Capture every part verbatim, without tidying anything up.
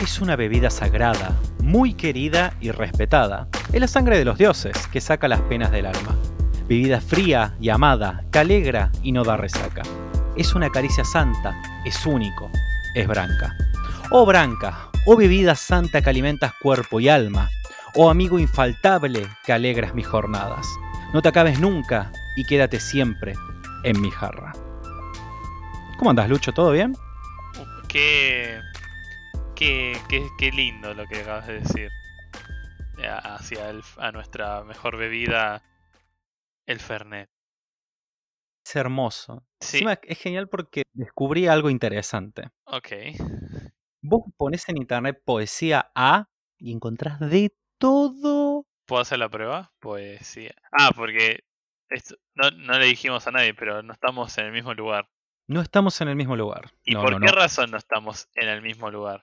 Es una bebida sagrada, muy querida y respetada. Es la sangre de los dioses que saca las penas del alma. Bebida fría y amada, que alegra y no da resaca. Es una caricia santa, es único, es branca. Oh branca, oh bebida santa que alimentas cuerpo y alma. Oh amigo infaltable que alegras mis jornadas. No te acabes nunca y quédate siempre en mi jarra. ¿Cómo andás, Lucho? ¿Todo bien? Qué, qué, qué, qué lindo lo que acabas de decir. Hacia el, a nuestra mejor bebida, el Fernet. Es hermoso. Sí, Encima es genial porque descubrí algo interesante. ok. Vos ponés en internet poesía A y encontrás de todo. ¿Puedo hacer la prueba? Pues sí. Ah, porque esto, no, no le dijimos a nadie, pero no estamos en el mismo lugar. No estamos en el mismo lugar. ¿Y No, por no, qué no. razón no estamos en el mismo lugar?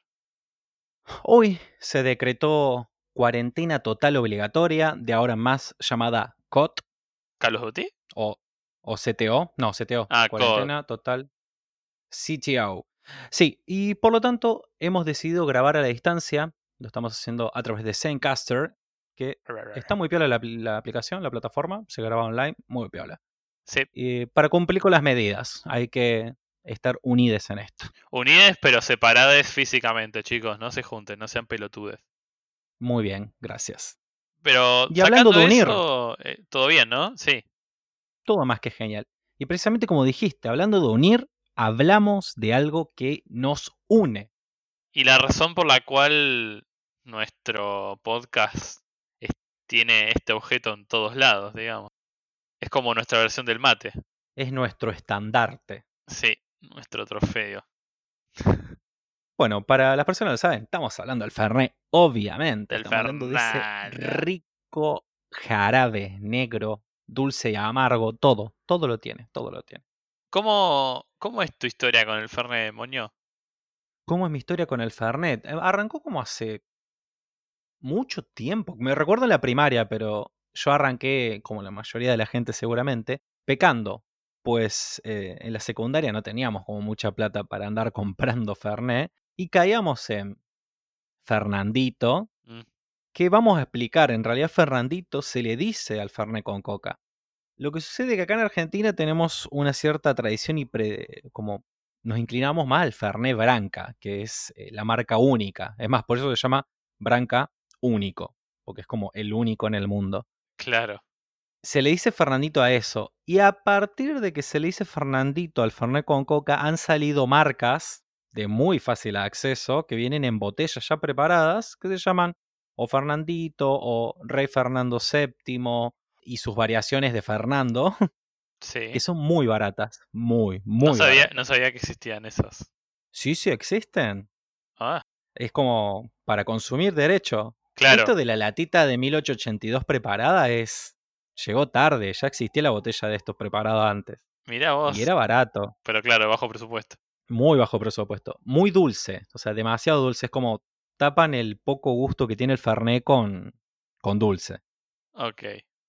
Hoy se decretó cuarentena total obligatoria, de ahora en más llamada C O T ¿Call of Duty? o, o C T O. No, C T O. Ah, C O D. Cuarentena total C T O. Sí, y por lo tanto hemos decidido grabar a la distancia. Lo estamos haciendo a través de Zencaster, que está muy piola la, la aplicación, la plataforma. Se graba online, muy piola. Sí. Y para cumplir con las medidas, hay que estar unidos en esto. Unides pero separadas físicamente, chicos. No se junten, no sean pelotudes. Muy bien, gracias. Pero Y hablando sacando de unir, eso, eh, todo bien, ¿no? Sí. todo más que genial. Y precisamente como dijiste, hablando de unir, hablamos de algo que nos une. Y la razón por la cual nuestro podcast es- tiene este objeto en todos lados, digamos. Es como nuestra versión del mate. Es nuestro estandarte. Sí, nuestro trofeo. Bueno, para las personas que lo saben, estamos hablando del Fernet, obviamente. Del Estamos hablando de ese Fernanda. rico jarabe negro, dulce y amargo, todo, todo lo tiene, todo lo tiene. ¿Cómo, ¿Cómo es tu historia con el Fernet, Moño? ¿Cómo es mi historia con el Fernet? Eh, Arrancó como hace mucho tiempo. Me recuerdo en la primaria, pero yo arranqué, como la mayoría de la gente seguramente, pecando. Pues eh, en la secundaria no teníamos como mucha plata para andar comprando Fernet y caíamos en Fernandito, Mm, que vamos a explicar. En realidad Fernandito se le dice al Fernet con coca. Lo que sucede es que acá en Argentina tenemos una cierta tradición y pre- como nos inclinamos más al Fernet Branca, que es eh, la marca única. Es más, por eso se llama Branca único, porque es como el único en el mundo. claro. Se le dice Fernandito a eso, y a partir de que se le dice Fernandito al Fernet con coca, han salido marcas de muy fácil acceso que vienen en botellas ya preparadas, que se llaman o Fernandito o Rey Fernando séptimo y sus variaciones de Fernando, que Sí. son muy baratas, muy, No muy sabía, no baratas. sabía que existían esos. Sí, sí existen. Ah, Es como para consumir derecho. claro. Esto de la latita de mil ochocientos ochenta y dos preparada es... Llegó tarde, ya existía la botella de estos preparados antes. Mirá Y vos. era barato, Pero claro, bajo presupuesto. muy bajo presupuesto, muy dulce, o sea, demasiado dulce. Es como tapan el poco gusto que tiene el Fernet con, con dulce. Ok.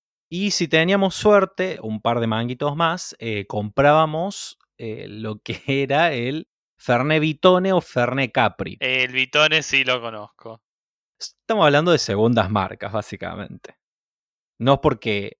Y si teníamos suerte, un par de manguitos más, eh, comprábamos eh, lo que era el Fernet Vitone o Fernet Capri. El Vitone sí lo conozco. Estamos hablando de segundas marcas, básicamente. No porque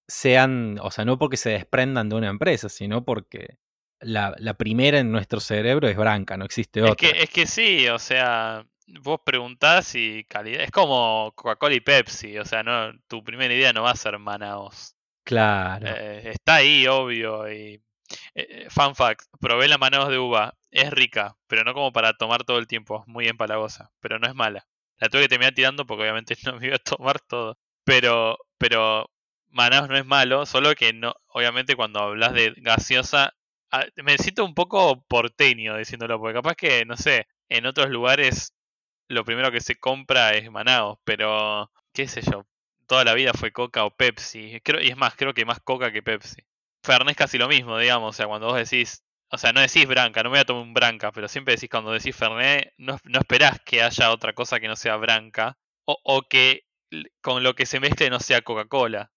sean, o sea, no porque se desprendan de una empresa, sino porque la, la primera en nuestro cerebro es Branca, no existe Es que, otra. es que sí, o sea, vos preguntás y calidad. Es como Coca-Cola y Pepsi, o sea, no, tu primera idea no va a ser Manaos. Claro, Eh, está ahí, obvio. Y, eh, eh, fun fact, probé la Manaos de uva. Es rica, pero no como para tomar todo el tiempo. Es muy empalagosa, pero no es mala. La tuve que terminar tirando porque obviamente no me iba a tomar todo. Pero, pero Manaos no es malo, solo que no, obviamente cuando hablas de gaseosa, ah, me siento un poco porteño diciéndolo, porque capaz que, no sé, en otros lugares lo primero que se compra es Manaos, pero qué sé yo, toda la vida fue Coca o Pepsi. Creo, y es más, creo que más Coca que Pepsi. Fernet es casi lo mismo, digamos, o sea, cuando vos decís, o sea, no decís Branca, no me voy a tomar un Branca, pero siempre decís cuando decís Fernet, no, no esperás que haya otra cosa que no sea Branca, o, o que l- con lo que se mezcle no sea Coca-Cola.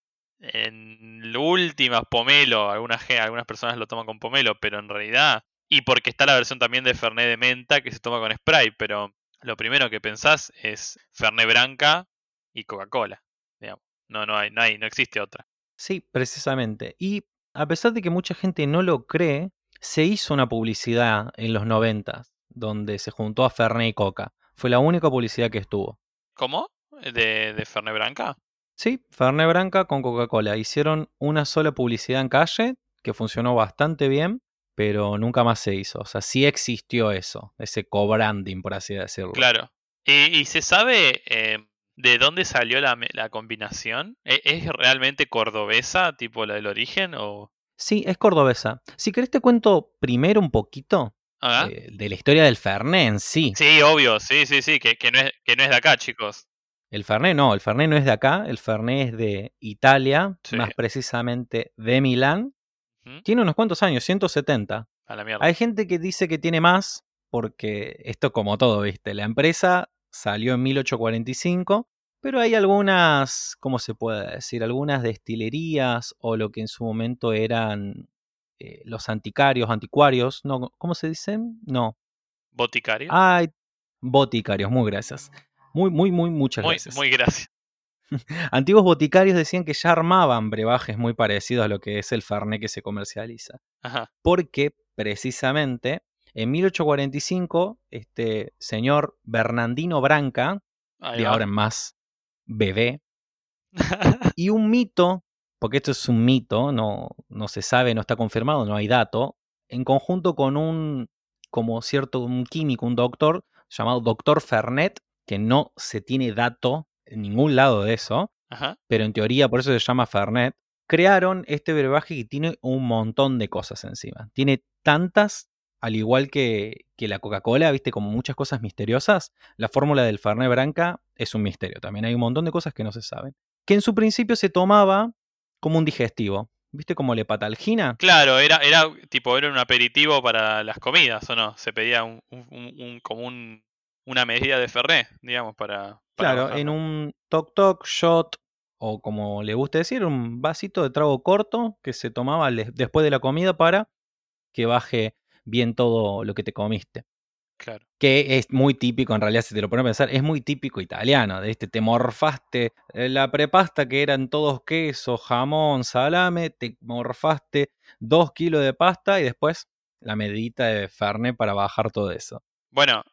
En últimas, pomelo, algunas, ge- algunas personas lo toman con pomelo, pero en realidad, y porque está la versión también de Fernet de menta que se toma con Sprite, pero lo primero que pensás es Fernet Branca y Coca-Cola, digamos. No, no hay, no hay, no existe otra. Sí, precisamente. Y a pesar de que mucha gente no lo cree, se hizo una publicidad en los noventas donde se juntó a Fernet y Coca. Fue la única publicidad que estuvo. ¿Cómo? ¿De, de Fernet Branca? Sí, Fernet Branca con Coca-Cola. Hicieron una sola publicidad en calle que funcionó bastante bien, pero nunca más se hizo. O sea, sí existió eso, ese co-branding, por así decirlo. Claro. ¿Y, y se sabe eh, de dónde salió la, me- la combinación? ¿E- ¿Es realmente cordobesa, tipo la del origen? O... Sí, es cordobesa. Si querés te cuento primero un poquito ¿Ah? eh, de la historia del Fernet en sí. Sí, obvio, sí, sí, sí, que, que no es, que no es de acá, chicos. El Fernet no, el Fernet no es de acá, el Fernet es de Italia, Sí. más precisamente de Milán. ¿Mm? Tiene unos cuantos años, ciento setenta. A la mierda. Hay gente que dice que tiene más, porque esto como todo, ¿viste? La empresa salió en mil ochocientos cuarenta y cinco, pero hay algunas, ¿cómo se puede decir? Algunas destilerías o lo que en su momento eran eh, los anticarios, anticuarios, no, ¿cómo se dicen? No. ¿Boticarios? Ay, boticarios, muy gracias. Muy, muy, muy, muchas Muy, gracias. muy gracias. Antiguos boticarios decían que ya armaban brebajes muy parecidos a lo que es el Fernet que se comercializa. Ajá. Porque precisamente en mil ochocientos cuarenta y cinco este señor Bernardino Branca, Ahí de ahora va. en más bebé, y un mito, porque esto es un mito, no, no se sabe, no está confirmado, no hay dato, en conjunto con un, como cierto, un químico, un doctor, llamado Doctor Fernet, que no se tiene dato en ningún lado de eso, Ajá. pero en teoría por eso se llama Fernet, crearon este brebaje que tiene un montón de cosas encima. Tiene tantas, al igual que, que la Coca-Cola, viste, como muchas cosas misteriosas, la fórmula del Fernet Branca es un misterio. También hay un montón de cosas que no se saben. Que en su principio se tomaba como un digestivo. ¿Viste como la hepatalgina? Claro, era, era tipo, era un aperitivo para las comidas, ¿o no? Se pedía un, un, un- un- como un, una medida de Fernet, digamos, para, para Claro, en bajarlo. un toc toc shot, o como le gusta decir, un vasito de trago corto que se tomaba le- después de la comida para que baje bien todo lo que te comiste. Claro. Que es muy típico, en realidad, si te lo pones a pensar, es muy típico italiano. De este, te morfaste eh, la prepasta que eran todos queso, jamón, salame, te morfaste dos kilos de pasta y después la medita de Fernet para bajar todo eso. Bueno,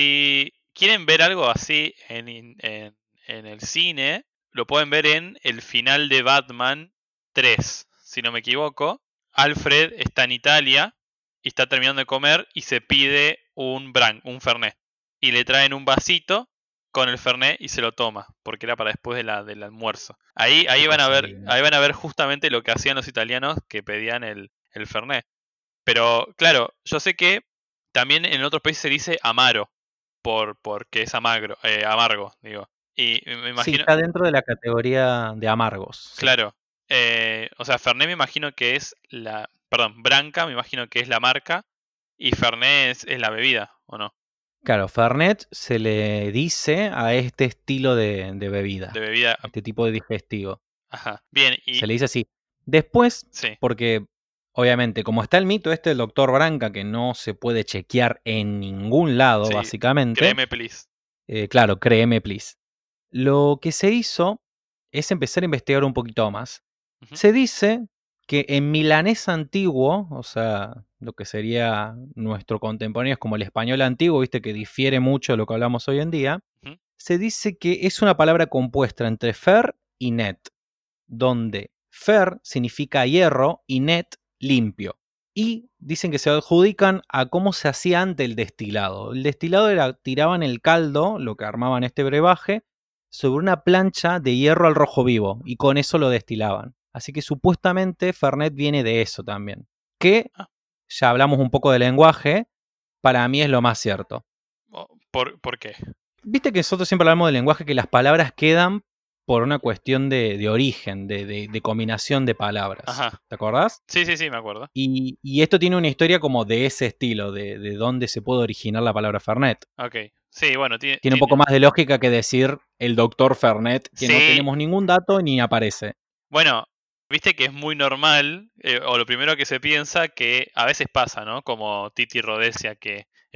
si quieren ver algo así en, in- en, en el cine, lo pueden ver en el final de Batman tres, si no me equivoco. Alfred está en Italia y está terminando de comer y se pide un Bran, un Fernet. Y le traen un vasito con el Fernet y se lo toma, porque era para después de la, del almuerzo. Ahí, Qué ahí van a cosa ver, linda. ahí van a ver justamente lo que hacían los italianos que pedían el, el Fernet. Pero claro, yo sé que también en otros países se dice amaro, por porque es amagro, eh, amargo, digo. Y me Sí, imagino, está dentro de la categoría de amargos, sí. claro, eh, o sea, Fernet me imagino que es la, perdón, Branca me imagino que es la marca y Fernet es, es la bebida, ¿o no? Claro, Fernet se le dice a este estilo de, de De bebida, bebida, este tipo de digestivo. ajá. Bien, y Se le dice así. Después, sí, porque obviamente, como está el mito este del doctor Branca, que no se puede chequear en ningún lado, sí, básicamente, créeme, please. eh, claro, créeme, please. Lo que se hizo es empezar a investigar un poquito más. Ujú, Se dice que en milanés antiguo, o sea, lo que sería nuestro contemporáneo es como el español antiguo, viste que difiere mucho de lo que hablamos hoy en día, ujú. se dice que es una palabra compuesta entre fer y net, donde fer significa hierro y net limpio. Y dicen que se adjudican a cómo se hacía antes el destilado. El destilado era, tiraban el caldo, lo que armaban este brebaje, sobre una plancha de hierro al rojo vivo, y con eso lo destilaban. Así que supuestamente Fernet viene de eso también. Que, Ah, ya hablamos un poco de lenguaje, para mí es lo más cierto. oh, ¿por, por qué? Viste que nosotros siempre hablamos del lenguaje, que las palabras quedan por una cuestión de, de origen, de, de- de combinación de palabras. Ajá. ¿Te acordás? Sí, sí, sí, me acuerdo. Y, y esto tiene una historia como de ese estilo, de, de dónde se puede originar la palabra Fernet. Ok. Sí, bueno, tiene, Tiene un poco tiene, más de lógica que decir el doctor Fernet, que no sí. tenemos ningún dato ni aparece. Bueno, viste que es muy normal, eh, o lo primero que se piensa que a veces pasa, ¿no? Como Titi Rhodesia, que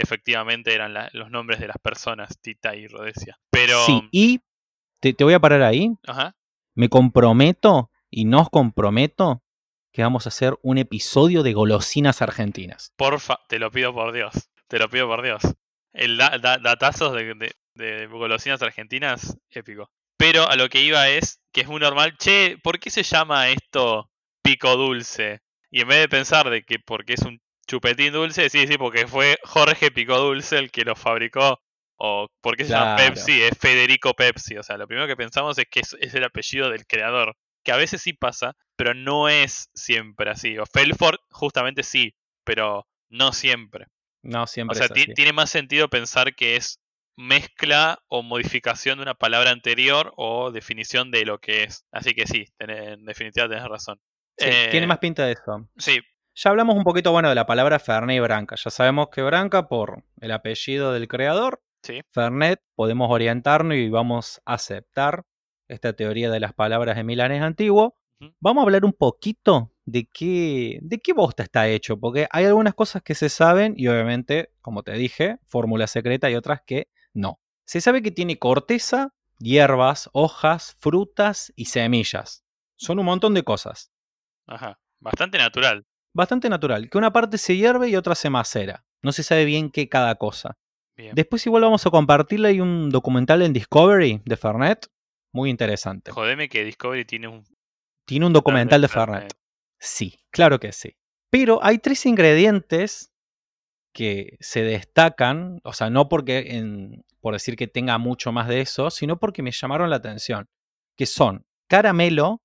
efectivamente eran la- los nombres de las personas, Tita y Rhodesia. Pero, Sí, y te, te voy a parar ahí. ajá, Me comprometo y nos comprometo que vamos a hacer un episodio de golosinas argentinas. porfa, te lo pido por Dios, te lo pido por Dios. El da- da- datazos de, de- de golosinas argentinas, épico. Pero a lo que iba es que es muy normal, che, ¿por qué se llama esto pico dulce? Y en vez de pensar de que porque es un chupetín dulce, sí, sí, porque fue Jorge Pico Dulce el que lo fabricó. O ¿por qué se llama Claro. Pepsi? Es Federico Pepsi. O sea, lo primero que pensamos es que es, es el apellido del creador. Que a veces sí pasa, pero no es siempre así. O Felford, justamente sí, pero no siempre. No O siempre sea, es ti- así. tiene más sentido pensar que es mezcla o modificación de una palabra anterior o definición de lo que es. Así que sí, tenés- en definitiva tenés razón. Sí, tiene Eh, más pinta de eso. sí, Ya hablamos un poquito, bueno, de la palabra Fernet y Branca. Ya sabemos que Branca, por el apellido del creador, sí. Fernet, podemos orientarnos y vamos a aceptar esta teoría de las palabras en milanés antiguo. Ujú. Vamos a hablar un poquito de qué, de qué bosta está hecho, porque hay algunas cosas que se saben y obviamente, como te dije, fórmula secreta y otras que no. Se sabe que tiene corteza, hierbas, hojas, frutas y semillas. Son un montón de cosas. Ajá. Bastante natural. Bastante natural, que una parte se hierve y otra se macera. No se sabe bien qué cada cosa. Bien. Después igual vamos a compartirle hay un documental en Discovery de Fernet, muy interesante. Jodeme que Discovery tiene un Tiene un documental de documental de Fernet. Fernet. Sí, claro que sí. Pero hay tres ingredientes que se destacan, o sea, no porque en- por decir que tenga mucho más de eso, sino porque me llamaron la atención, que son caramelo,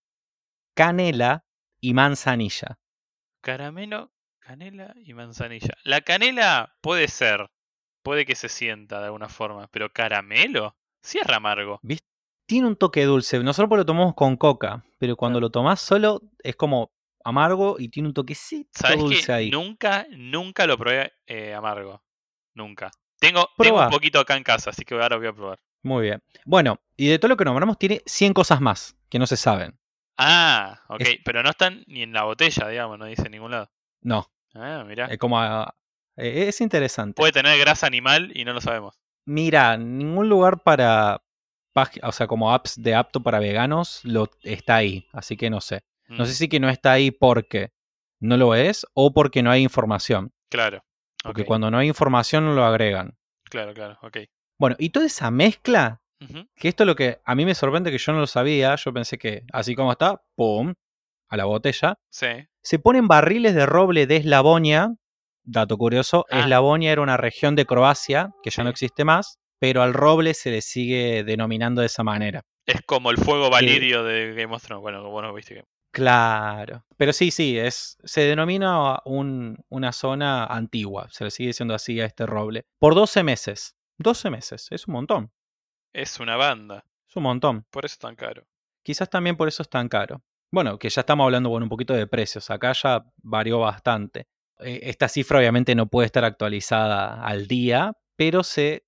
canela y manzanilla. Caramelo, canela y manzanilla. La canela puede ser, puede que se sienta de alguna forma, pero caramelo, cierra amargo. ¿Viste? Tiene un toque dulce. Nosotros lo tomamos con coca, pero cuando Claro. lo tomás solo es como amargo y tiene un toquecito ¿Sabes qué? dulce ahí. Nunca, nunca lo probé eh, amargo. Nunca. Tengo, tengo un Probá. poquito acá en casa, así que ahora voy a probar. Muy bien. Bueno, y de todo lo que nombramos tiene cien cosas más que no se saben. Ah, ok, Es, pero no están ni en la botella, digamos, no dice en ningún lado. no, Ah, mirá. es como... a- eh, es interesante. Puede tener grasa animal y no lo sabemos. Mira, ningún lugar para... pag- O sea, como apps de apto para veganos lo está ahí, así que no sé. No sé Mm, si que no está ahí porque no lo es o porque no hay información. claro, ok, Porque cuando no hay información no lo agregan. claro, claro, ok. Bueno, y toda esa mezcla, Ujú, que esto es lo que a mí me sorprende que yo no lo sabía, yo pensé que así como está, ¡pum!, a la botella, sí. se ponen barriles de roble de Eslavonia, dato curioso, Ah, Eslavonia era una región de Croacia que ya no sí. existe más, pero al roble se le sigue denominando de esa manera. Es como el fuego Que, valirio de Game of Thrones. Bueno, vos no viste que. claro, pero sí, sí, es, se denomina un- una zona antigua, se le sigue diciendo así a este roble, por doce meses. doce meses, es un montón, Es una banda. es un montón. Por eso es tan caro. Quizás también por eso es tan caro. Bueno, que ya estamos hablando bueno, un poquito de precios. Acá ya varió bastante. Eh, Esta cifra obviamente no puede estar actualizada al día, pero se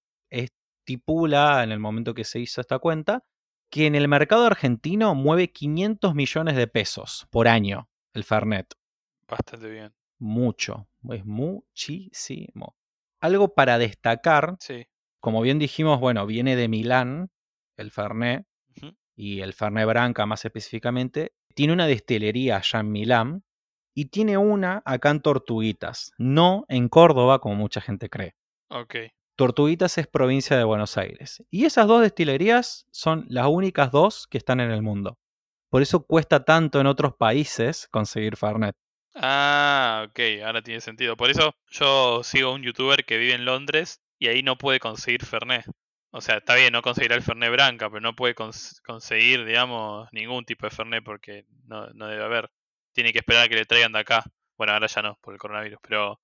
estipula en el momento que se hizo esta cuenta que en el mercado argentino mueve quinientos millones de pesos por año el Fernet. Bastante bien. Mucho, es muchísimo. Algo para destacar, Sí. como bien dijimos, bueno, viene de Milán, el Fernet, Ujú, y el Fernet Branca más específicamente, tiene una destilería allá en Milán y tiene una acá en Tortuguitas, no en Córdoba como mucha gente cree. ok. Tortuguitas es provincia de Buenos Aires. Y esas dos destilerías son las únicas dos que están en el mundo. Por eso cuesta tanto en otros países conseguir Fernet. Ah, ok, ahora tiene sentido. Por eso yo sigo a un youtuber que vive en Londres y ahí no puede conseguir Fernet. O sea, está bien, no conseguirá el Fernet Branca, pero no puede cons- conseguir, digamos, ningún tipo de Fernet porque no, no debe haber. Tiene que esperar a que le traigan de acá. Bueno, ahora ya no, por el coronavirus, pero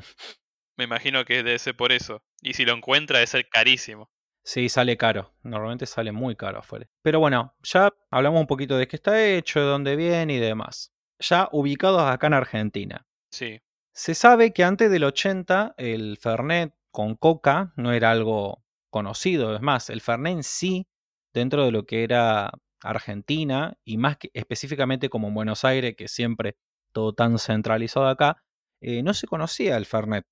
me imagino que debe ser por eso. Y si lo encuentra, debe ser carísimo. Sí, sale caro. Normalmente sale muy caro afuera. Pero bueno, ya hablamos un poquito de qué está hecho, de dónde viene y demás. Ya ubicados acá en Argentina. Sí, Se sabe que antes del ochenta el Fernet con coca no era algo conocido. Es más, el Fernet en sí, dentro de lo que era Argentina, y más que específicamente como en Buenos Aires, que siempre todo tan centralizado acá, eh, no se conocía el Fernet.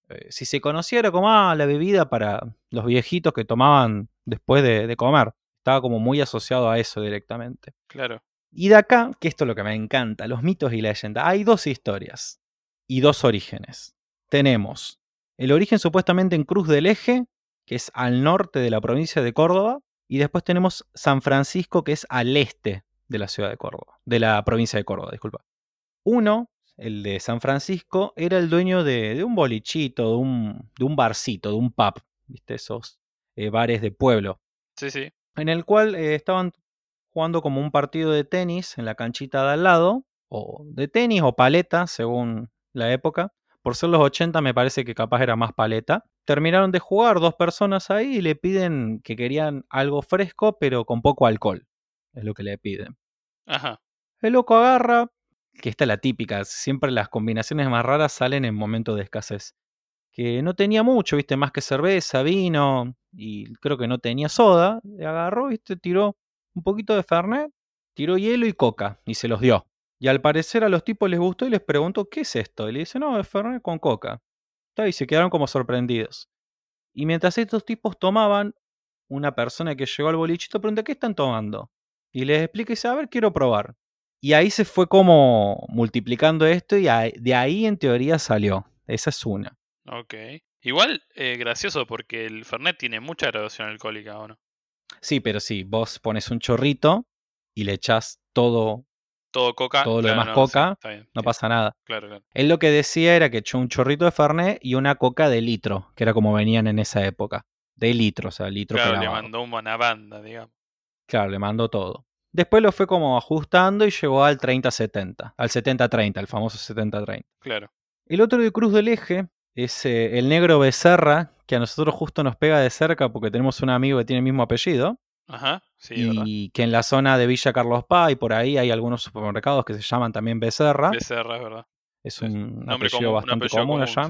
Eh, si se conociera como ah, la bebida para los viejitos que tomaban después de, de comer. Estaba como muy asociado a eso directamente. Claro. Y de acá, que esto es lo que me encanta, los mitos y leyendas. Hay dos historias y dos orígenes. Tenemos el origen supuestamente en Cruz del Eje, que es al norte de la provincia de Córdoba, y después tenemos San Francisco, que es al este de la ciudad de Córdoba, de la provincia de Córdoba, disculpa. Uno, el de San Francisco, era el dueño de, de un bolichito, de un, de un barcito, de un pub, ¿viste? Esos eh, bares de pueblo, Sí, sí. en el cual eh, estaban jugando como un partido de tenis en la canchita de al lado, o de tenis o paleta, según la época. Por ser los ochenta me parece que capaz era más paleta. Terminaron de jugar dos personas ahí y le piden que querían algo fresco, pero con poco alcohol. Es lo que le piden. Ajá. El loco agarra, que esta es la típica, siempre las combinaciones más raras salen en momentos de escasez. Que no tenía mucho, viste, más que cerveza, vino, y creo que no tenía soda. Le agarró, viste, tiró un poquito de Fernet, tiró hielo y coca, y se los dio. Y al parecer a los tipos les gustó y les preguntó, ¿qué es esto? Y le dice, no, es Fernet con coca. Y se quedaron como sorprendidos. Y mientras estos tipos tomaban, una persona que llegó al bolichito pregunta, ¿qué están tomando? Y les explica y dice, a ver, quiero probar. Y ahí se fue como multiplicando esto y ahí- de ahí en teoría salió. Esa es una. Ok. Igual, eh, gracioso porque el Fernet tiene mucha graduación alcohólica, ¿o no? Sí, pero sí, vos pones un chorrito y le echás todo, Todo coca, todo lo claro, demás no, sí, coca, está bien, no entiendo. pasa nada. Claro, claro. Él lo que decía era que echó un chorrito de Fernet y una coca de litro, que era como venían en esa época. De litro, o sea, litro Claro, le clavado. mandó una banda, digamos. Claro, le mandó todo. Después lo fue como ajustando y llegó al treinta setenta, al setenta treinta, el famoso setenta treinta. Claro. El otro de Cruz del Eje es eh, el negro Becerra, que a nosotros justo nos pega de cerca porque tenemos un amigo que tiene el mismo apellido. Ajá, sí, es verdad. Y que en la zona de Villa Carlos Paz y por ahí hay algunos supermercados que se llaman también Becerra. Becerra, es verdad. Es Es un nombre apellido común, un bastante apellido común común, allá. sí.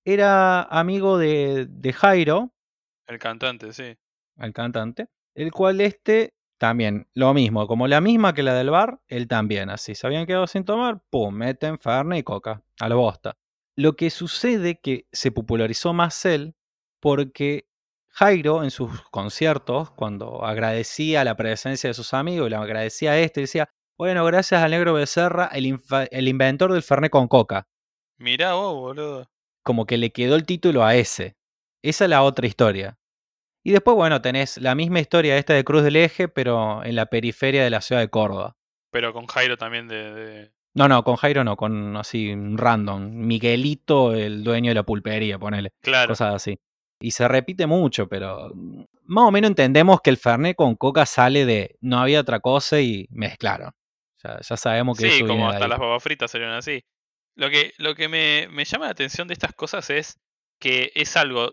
Era amigo de, de Jairo, El cantante, sí. el cantante, el cual este también, lo mismo, como la misma que la del bar, él también, así, se habían quedado sin tomar, pum, meten Fernet y coca, a la bosta. Lo que sucede que se popularizó más él porque Jairo en sus conciertos, cuando agradecía la presencia de sus amigos, le agradecía a este, decía, bueno, gracias al negro Becerra, el, infa- el inventor del Fernet con coca. Mirá vos, boludo. Como que le quedó el título a ese. Esa es la otra historia. Y después, bueno, tenés la misma historia esta de Cruz del Eje, pero en la periferia de la ciudad de Córdoba. Pero con Jairo también de... de- No, no, con Jairo no, con así un random. Miguelito, el dueño de la pulpería, ponele. Claro. Cosas así. Y se repite mucho, pero mm, más o menos entendemos que el Fernet con coca sale de no había otra cosa y mezclaron. Ya, ya sabemos que Sí, eso como viene de hasta ahí. las papas fritas salieron así. Lo que, lo que me, me llama la atención de estas cosas es que es algo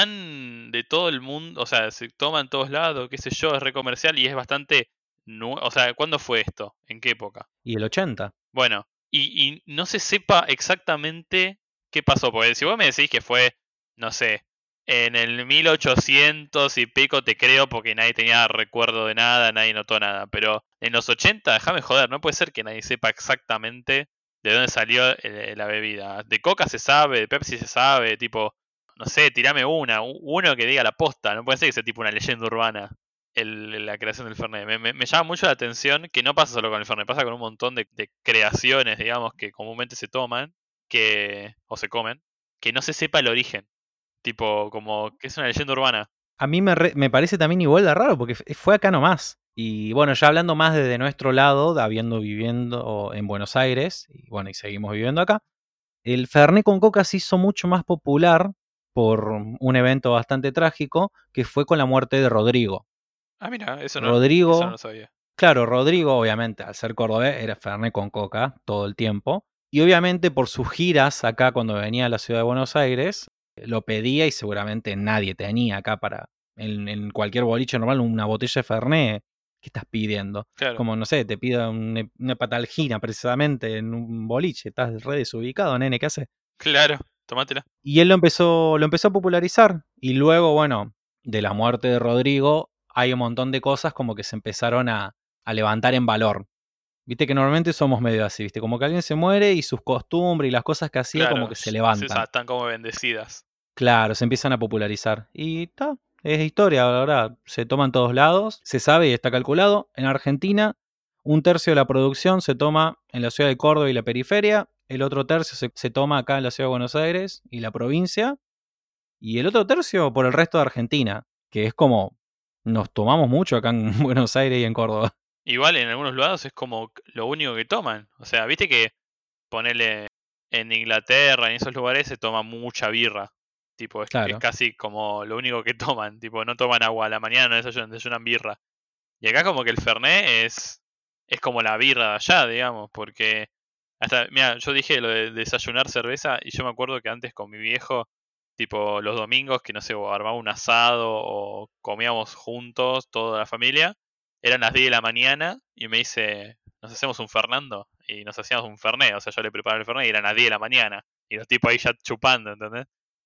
tan de todo el mundo, o sea, se toma en todos lados, qué sé yo, es re comercial y es bastante... nue- O sea, ¿cuándo fue esto? ¿En qué época? Y el ochenta. Bueno, y, y no se sepa exactamente qué pasó, porque si vos me decís que fue, no sé, en el mil ochocientos y pico te creo porque nadie tenía recuerdo de nada, nadie notó nada, pero en los ochenta, déjame joder, no puede ser que nadie sepa exactamente de dónde salió eh, la bebida. De Coca se sabe, de Pepsi se sabe, tipo, no sé, tirame una, u- uno que diga la posta, no puede ser que sea tipo una leyenda urbana el- la creación del Fernet. Me, me- me llama mucho la atención que no pasa solo con el Fernet, pasa con un montón de, de creaciones, digamos, que comúnmente se toman, que o se comen, que no se sepa el origen. Tipo, como que es una leyenda urbana. A mí me, re- me parece también igual de raro porque f- fue acá nomás. Y bueno, ya hablando más desde nuestro lado, habiendo viviendo en Buenos Aires, y bueno, y seguimos viviendo acá, el Fernet con coca se hizo mucho más popular por un evento bastante trágico que fue con la muerte de Rodrigo. Ah, mira, eso no, eso no lo Rodrigo, sabía. claro, Rodrigo obviamente al ser cordobés era Fernet con coca todo el tiempo. Y obviamente por sus giras acá cuando venía a la ciudad de Buenos Aires, lo pedía y seguramente nadie tenía acá para, en, en cualquier boliche normal, una botella de Fernet. ¿Qué estás pidiendo? Claro, Como, no sé, te pido una, una patalgina precisamente en un boliche. Estás re desubicado, nene, ¿qué haces? claro, tomátela. Y él lo empezó, lo empezó a popularizar. Y luego, bueno, de la muerte de Rodrigo, hay un montón de cosas como que se empezaron a, a levantar en valor. Viste que normalmente somos medio así, ¿viste? Como que alguien se muere y sus costumbres y las cosas que hacía como Claro, que se se levantan. están como bendecidas. Claro, se empiezan a popularizar. Y ta, es historia, la verdad. Se toma en todos lados, se sabe y está calculado. En Argentina, un tercio de la producción se toma en la ciudad de Córdoba y la periferia. El otro tercio se, se toma acá en la ciudad de Buenos Aires y la provincia. Y el otro tercio por el resto de Argentina, que es como nos tomamos mucho acá en Buenos Aires y en Córdoba. Igual en algunos lados es como lo único que toman. O sea, viste que ponele en Inglaterra, en esos lugares se toma mucha birra. Tipo, es, es Claro. casi como lo único que toman. Tipo, no toman agua a la mañana, no desayunan, desayunan birra. Y acá como que el Fernet es, es como la birra de allá, digamos, porque hasta, mira, yo dije lo de desayunar cerveza y yo me acuerdo que antes con mi viejo, tipo los domingos, que no sé, o armaba un asado o comíamos juntos, toda la familia, eran las diez de la mañana y me dice, nos hacemos un Fernando y nos hacíamos un Fernet, o sea, yo le preparaba el Fernet y eran las diez de la mañana y los tipos ahí ya chupando, ¿entendés?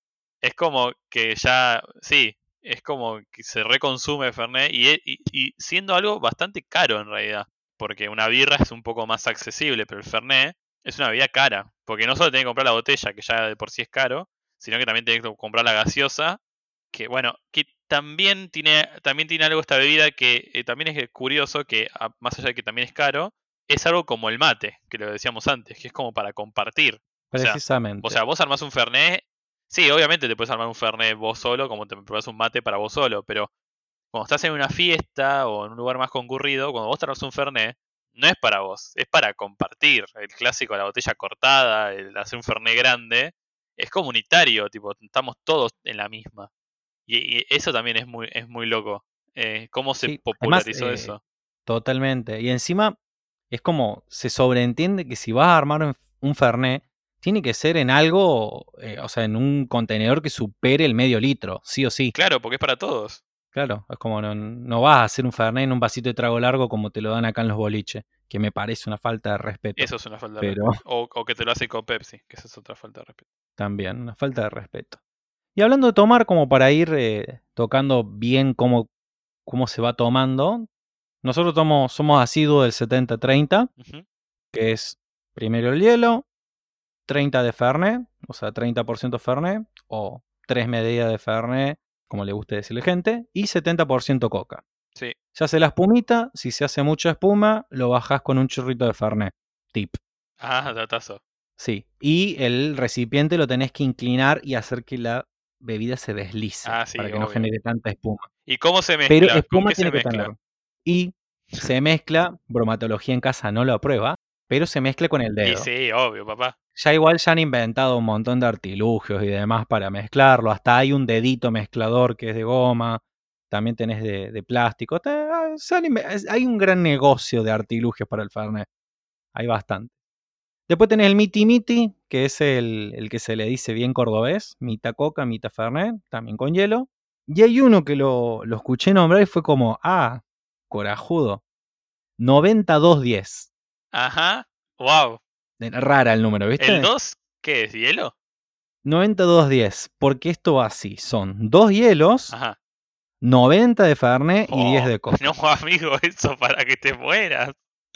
Es como que ya, sí, es como que se reconsume Fernet y, e- y, y siendo algo bastante caro en realidad, porque una birra es un poco más accesible, pero el Fernet es una bebida cara, porque no solo tenés que comprar la botella, que ya de por sí es caro, sino que también tenés que comprar la gaseosa, que bueno, que también tiene, también tiene algo esta bebida que eh, también es curioso, que a- más allá de que también es caro, es algo como el mate, que lo decíamos antes, que es como para compartir. O sea, o Precisamente. sea, vos armás un Fernet. Sí, obviamente te puedes armar un Fernet vos solo, como te preparas un mate para vos solo, pero cuando estás en una fiesta o en un lugar más concurrido, cuando vos te armas un Fernet, no es para vos, es para compartir. El clásico, la botella cortada, el hacer un Fernet grande, es comunitario, tipo, estamos todos en la misma. Y, y eso también es muy, es muy loco. Eh, ¿Cómo se Sí, además, popularizó eh, eso? totalmente. Y encima es como se sobreentiende que si vas a armar un, un Fernet, tiene que ser en algo, eh, o sea, en un contenedor que supere el medio litro, sí o sí. Claro, porque es para todos. Claro, es como no, no vas a hacer un Fernet en un vasito de trago largo como te lo dan acá en los boliches, que me parece una falta de respeto. Eso es una falta de Pero respeto. O, o que te lo hacen con Pepsi, que esa es otra falta de respeto. también, una falta de respeto. Y hablando de tomar, como para ir eh, tocando bien cómo, cómo se va tomando, nosotros tomamos, somos asiduos del setenta treinta, Ujú. que es primero el hielo, treinta de Fernet, o sea, treinta por ciento Fernet, o tres medidas de Fernet, como le guste decirle gente, y setenta por ciento Coca. Sí. Se hace la espumita, si se hace mucha espuma, lo bajás con un chorrito de Fernet. Tip. Ah, datazo. Sí. Y el recipiente lo tenés que inclinar y hacer que la bebida se deslice Ah, para sí, que no obvio. genere tanta espuma. ¿Y cómo se Pero mezcla? ¿Con espuma qué se tiene que tener. mezcla? Y se mezcla, bromatología en casa no lo aprueba, pero se mezcla con el Y dedo. sí, obvio, papá. Ya igual ya han inventado un montón de artilugios y demás para mezclarlo. Hasta hay un dedito mezclador que es de goma. También tenés de, de plástico. Está- se han inve- es- hay un gran negocio de artilugios para el Fernet. Hay bastante. Después tenés el Miti Miti, que es el, el que se le dice bien cordobés. Mitad coca, mitad Fernet, también con hielo. Y hay uno que lo, lo escuché nombrar y fue como, ah, corajudo. noventa dos diez. Ajá. Wow. Rara el número, ¿El ¿viste? dos qué es? ¿Hielo? noventa dos diez, porque esto va así, son dos hielos, Ajá. noventa de Fernet y diez Oh, de no, Coca. amigo, eso para que te mueras.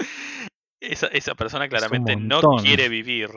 Esa, esa persona Es un claramente no montón. quiere vivir.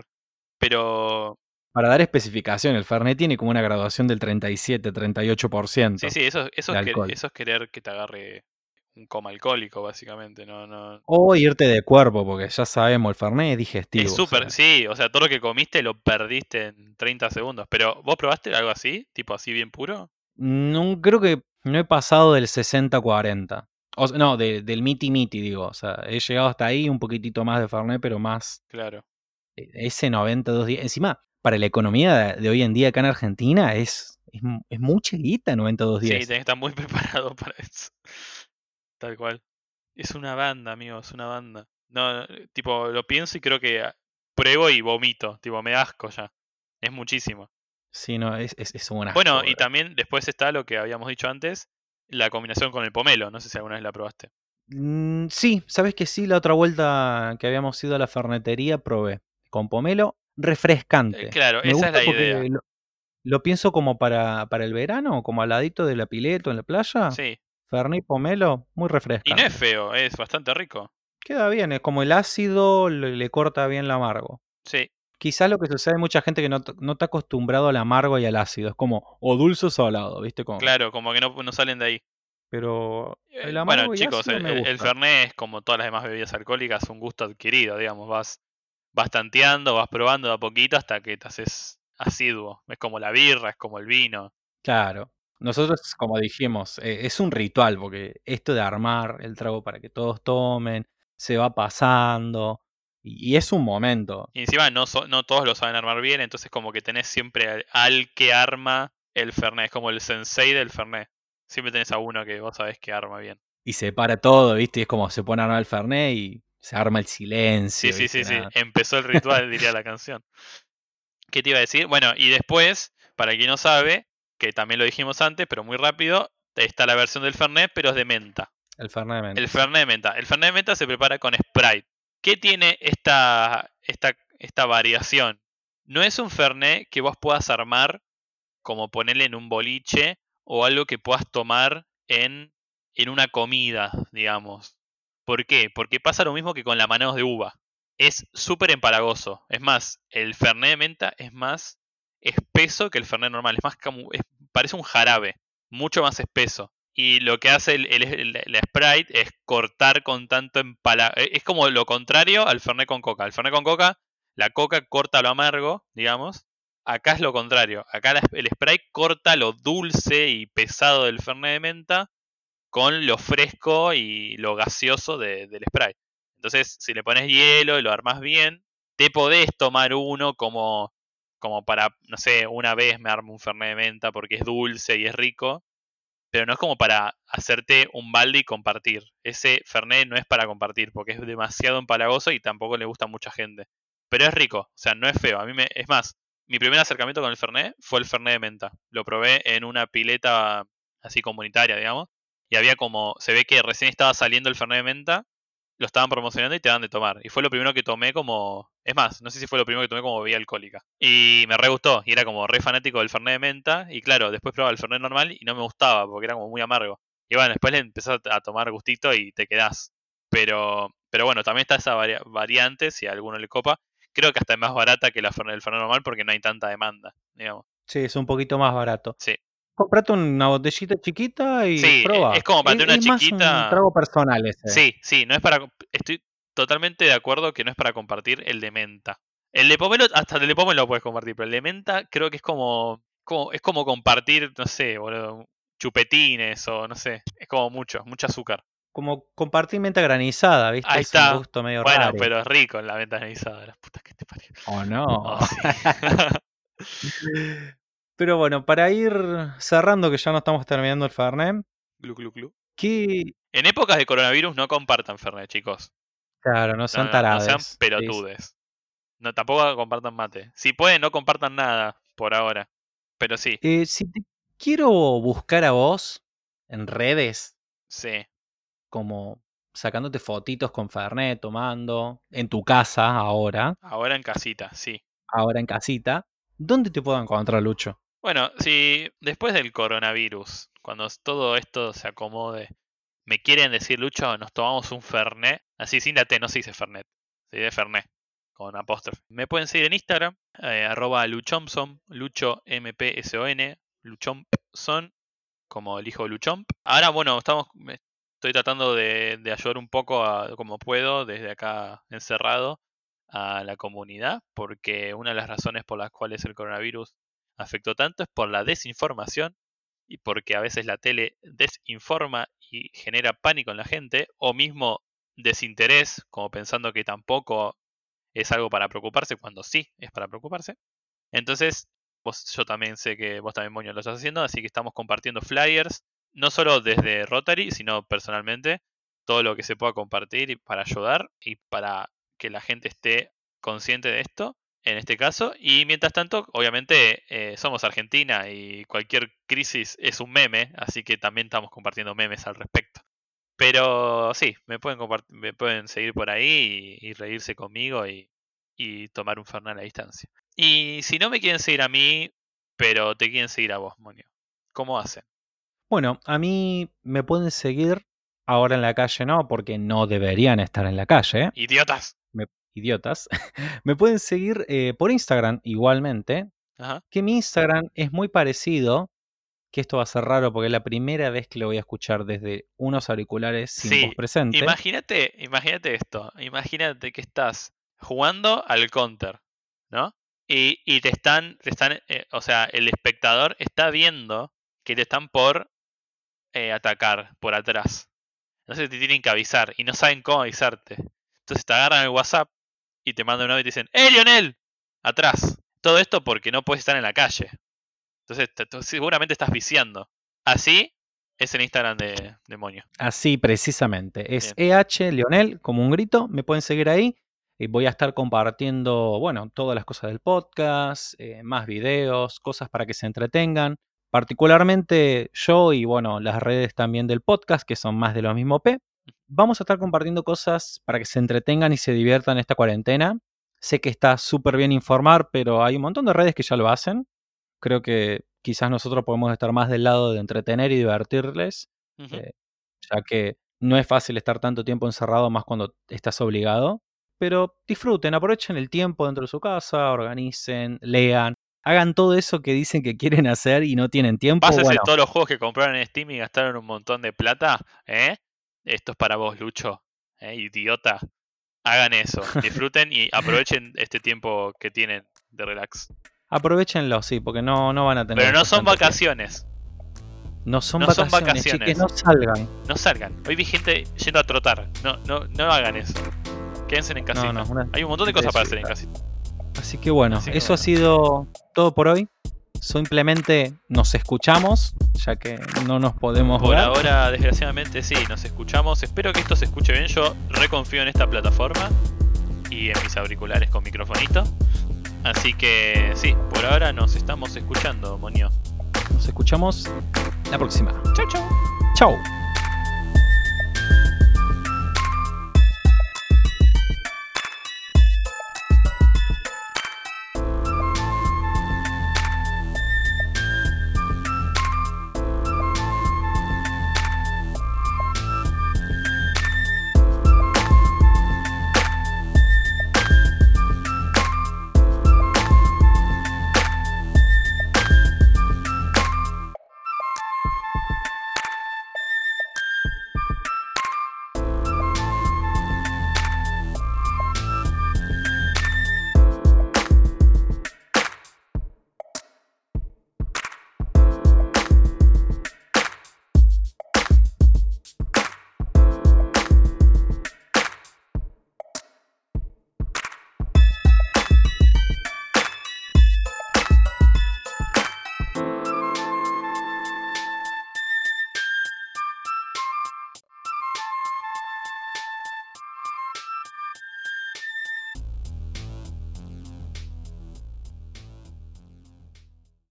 Pero Para dar especificación, el Fernet tiene como una graduación del treinta y siete, treinta y ocho por sí, ciento sí, eso, eso, de es que- alcohol. eso es querer que te agarre un coma alcohólico, básicamente. No, no. O irte de cuerpo, porque ya sabemos, el Fernet es Es digestivo. O súper, sea, sí, o sea, todo lo que comiste lo perdiste en treinta segundos. Pero, ¿vos probaste algo así? ¿Tipo así bien puro? no, creo que no he pasado del sesenta cuarenta. O sea, no, de- del Miti Miti, digo. O sea, he llegado hasta ahí, un poquitito más de Fernet, pero más Claro. eh, ese noventa dos diez. Encima, para la economía de, de hoy en día acá en Argentina, es, es, mu- es mucha guita noventa dos Sí, diez. tenés que estar muy preparado para eso. Tal cual. Es una banda, amigo, es una banda. No, no, tipo, lo pienso y creo que ah, pruebo y vomito. Tipo, me da asco ya. Es muchísimo. Sí, no, es, es, es un Bueno, asco, y bro. también después está lo que habíamos dicho antes, la combinación con el pomelo. No sé si alguna vez la probaste. Mm, sí, sabes que sí, la otra vuelta que habíamos ido a la fernetería probé. Con pomelo, Eh, refrescante. claro, Me esa es gusta la idea. porque lo, lo pienso como para, para el verano, como al ladito de la pileta o en la playa. Sí. Fernet y pomelo, muy Y no es refrescante. feo, es bastante rico. Queda bien, es como el ácido le, le corta bien el amargo. Sí, Quizás lo que sucede hay mucha gente que no, t- no está acostumbrado al amargo y al ácido. Es como o dulce o salado, ¿viste? Como, claro, como que no, no salen de ahí. pero el Eh, bueno, amargo y chicos, ácido el, me el, el gusta. Fernet es como todas las demás bebidas alcohólicas, un gusto adquirido, digamos. Vas, vas tanteando, vas probando de a poquito hasta que te haces asiduo. Es como la birra, es como el vino. Claro. Nosotros, como dijimos, eh, es un ritual, porque esto de armar el trago para que todos tomen, se va pasando, y, y es un momento. Y encima no, so- no todos lo saben armar bien, entonces como que tenés siempre al, al que arma el Fernet. Es como el sensei del Fernet. Siempre tenés a uno que vos sabés que arma bien. Y se para todo, ¿viste? Y es como se pone a armar el Fernet y se arma el Sí, silencio, sí, ¿viste? sí, sí. Nada. Empezó el ritual, diría la canción. ¿Qué te iba a decir? Bueno, y después, para quien no sabe, que también lo dijimos antes, pero muy rápido, está la versión del Fernet, pero es de menta. El Fernet de El menta, sí. Fernet de menta. El Fernet de menta se prepara con Sprite. ¿Qué tiene esta, esta, esta variación? No es un Fernet que vos puedas armar como ponerle en un boliche o algo que puedas tomar en, en una comida, digamos. ¿Por qué? Porque pasa lo mismo que con la manados de uva. Es súper empalagoso. Es más, el Fernet de menta es más espeso que el Fernet normal. Es más como, es- parece un jarabe, mucho más espeso. Y lo que hace el, el- el- la Sprite es cortar con tanto empalago. Es como lo contrario al Fernet con coca. El Fernet con coca, la coca corta lo amargo, digamos. Acá es lo contrario. Acá la- el Sprite corta lo dulce y pesado del Fernet de menta con lo fresco y lo gaseoso de- del Sprite. Entonces, si le pones hielo y lo armas bien, te podés tomar uno como, como para, no sé, una vez me armo un Fernet de menta porque es dulce y es rico, pero no es como para hacerte un balde y compartir. Ese Fernet no es para compartir porque es demasiado empalagoso y tampoco le gusta a mucha gente. Pero es rico, o sea, no es feo. A mí me, es más, mi primer acercamiento con el Fernet fue el Fernet de menta. Lo probé en una pileta así comunitaria, digamos. Y había como, se ve que recién estaba saliendo el Fernet de menta, lo estaban promocionando y te dan de tomar. Y fue lo primero que tomé como, es más, no sé si fue lo primero que tomé como bebida alcohólica. Y me re gustó, y era como re fanático del Fernet de menta. Y claro, después probaba el Fernet normal y no me gustaba porque era como muy amargo. Y bueno, después le empezás a tomar gustito y te quedás. Pero, pero bueno, también está esa varia- variante, si a alguno le copa. Creo que hasta es más barata que la Fernet, el Fernet normal porque no hay tanta demanda, digamos. Sí, es un poquito más barato. Sí. Comprate una botellita chiquita y Sí, e- es probá. como para Es, tener una es más un chiquita. trago personal ese. Sí, sí, no es para. Estoy totalmente de acuerdo que no es para compartir el de menta. El de pomelo, hasta el de pomelo lo puedes compartir, pero el de menta creo que es como, como es como compartir, no sé, boludo, chupetines o no sé, es como mucho, mucho azúcar. Como compartir menta granizada, ¿viste? Ahí Es un está. gusto medio Bueno, raro. pero es rico en la venta granizada, las putas que te parió. ¿O Oh, no? sí. Pero bueno, para ir cerrando, que ya no estamos terminando el Fernet, Glu, glu, glu. ¿qué? En épocas de coronavirus no compartan Fernet, chicos. Claro, no No, sean no, no sean tarades. Sí, sí. pelotudes. No, tampoco compartan mate. Si pueden, no compartan nada por ahora. Pero sí, Eh, si te quiero buscar a vos en redes, sí. como sacándote fotitos con Fernet, tomando, en tu casa ahora, Ahora en casita, sí. ahora en casita, ¿dónde te puedo encontrar, Lucho? Bueno, si después del coronavirus, cuando todo esto se acomode, me quieren decir, Lucho, nos tomamos un Fernet. Así sin la T, no se dice Fernet. Se dice Fernet, con apóstrofe. Me pueden seguir en Instagram, eh, arroba luchompson, lucho M P S O N, luchompson, como el hijo de Luchomp. Ahora, bueno, estamos, me- estoy tratando de, de ayudar un poco a, como puedo, desde acá encerrado, a la comunidad, porque una de las razones por las cuales el coronavirus afectó tanto es por la desinformación y porque a veces la tele desinforma y genera pánico en la gente, o mismo desinterés, como pensando que tampoco es algo para preocuparse, cuando sí es para preocuparse. Entonces, vos, yo también sé que vos también, Moño, lo estás haciendo, así que estamos compartiendo flyers, no solo desde Rotary, sino personalmente, todo lo que se pueda compartir y para ayudar y para que la gente esté consciente de esto, en este caso. Y mientras tanto, obviamente, eh, somos Argentina y cualquier crisis es un meme, así que también estamos compartiendo memes al respecto. Pero sí, me pueden compart- me pueden seguir por ahí y, y reírse conmigo y, y tomar un Fernet a la distancia. Y si no me quieren seguir a mí, pero te quieren seguir a vos, Monio, ¿cómo hacen? Bueno, a mí me pueden seguir Ahora en la calle no, porque no deberían estar en la calle. ¿eh? ¡Idiotas! Me, idiotas. Me pueden seguir eh, por Instagram igualmente. Ajá. Que mi Instagram es muy parecido. Que esto va a ser raro porque es la primera vez que lo voy a escuchar desde unos auriculares sin Sí, voz presente. imagínate, imagínate esto. Imagínate que estás jugando al counter, ¿no? Y, y te están, te están eh, o sea, el espectador está viendo que te están por eh, atacar por atrás. Entonces te tienen que avisar y no saben cómo avisarte. Entonces te agarran el WhatsApp y te mandan un audio y te dicen ¡Eh, Lionel! Atrás. Todo esto porque no puedes estar en la calle. Entonces te, te, seguramente estás viciando. Así es el Instagram de Demonio. Así precisamente. Es Bien. E H Lionel, como un grito. Me pueden seguir ahí. Y voy a estar compartiendo, bueno, todas las cosas del podcast, eh, más videos, cosas para que se entretengan. Particularmente yo y, bueno, las redes también del podcast, que son más de lo mismo P. Vamos a estar compartiendo cosas para que se entretengan y se diviertan en esta cuarentena. Sé que está súper bien informar, pero hay un montón de redes que ya lo hacen. Creo que quizás nosotros podemos estar más del lado de entretener y divertirles, Ujú. eh, ya que no es fácil estar tanto tiempo encerrado, más cuando estás obligado. Pero disfruten, aprovechen el tiempo dentro de su casa, organicen, lean, hagan todo eso que dicen que quieren hacer y no tienen tiempo. Pásense Bueno, todos los juegos que compraron en Steam y gastaron un montón de plata, ¿eh? Esto es para vos, Lucho, ¿eh? Idiota. Hagan eso, disfruten y aprovechen este tiempo que tienen de relax. aprovechenlo, sí, porque no, no van a tener. Pero no después son tanto tiempo. vacaciones, No son No son vacaciones, vacaciones. chiques, no salgan. no salgan. Hoy vi gente yendo a trotar, no, no, no hagan eso. Quédense en casita. No, no, una- Hay un montón de cosas para hacer en casita. Así que bueno, Así que eso ha bueno. sido todo por hoy. Simplemente nos escuchamos, ya que no nos podemos Por ver. ahora, desgraciadamente, sí, nos escuchamos. Espero que esto se escuche bien. Yo reconfío en esta plataforma y en mis auriculares con microfonito. Así que sí, por ahora nos estamos escuchando, Monio. Nos escuchamos la próxima. Chau, chau. Chau.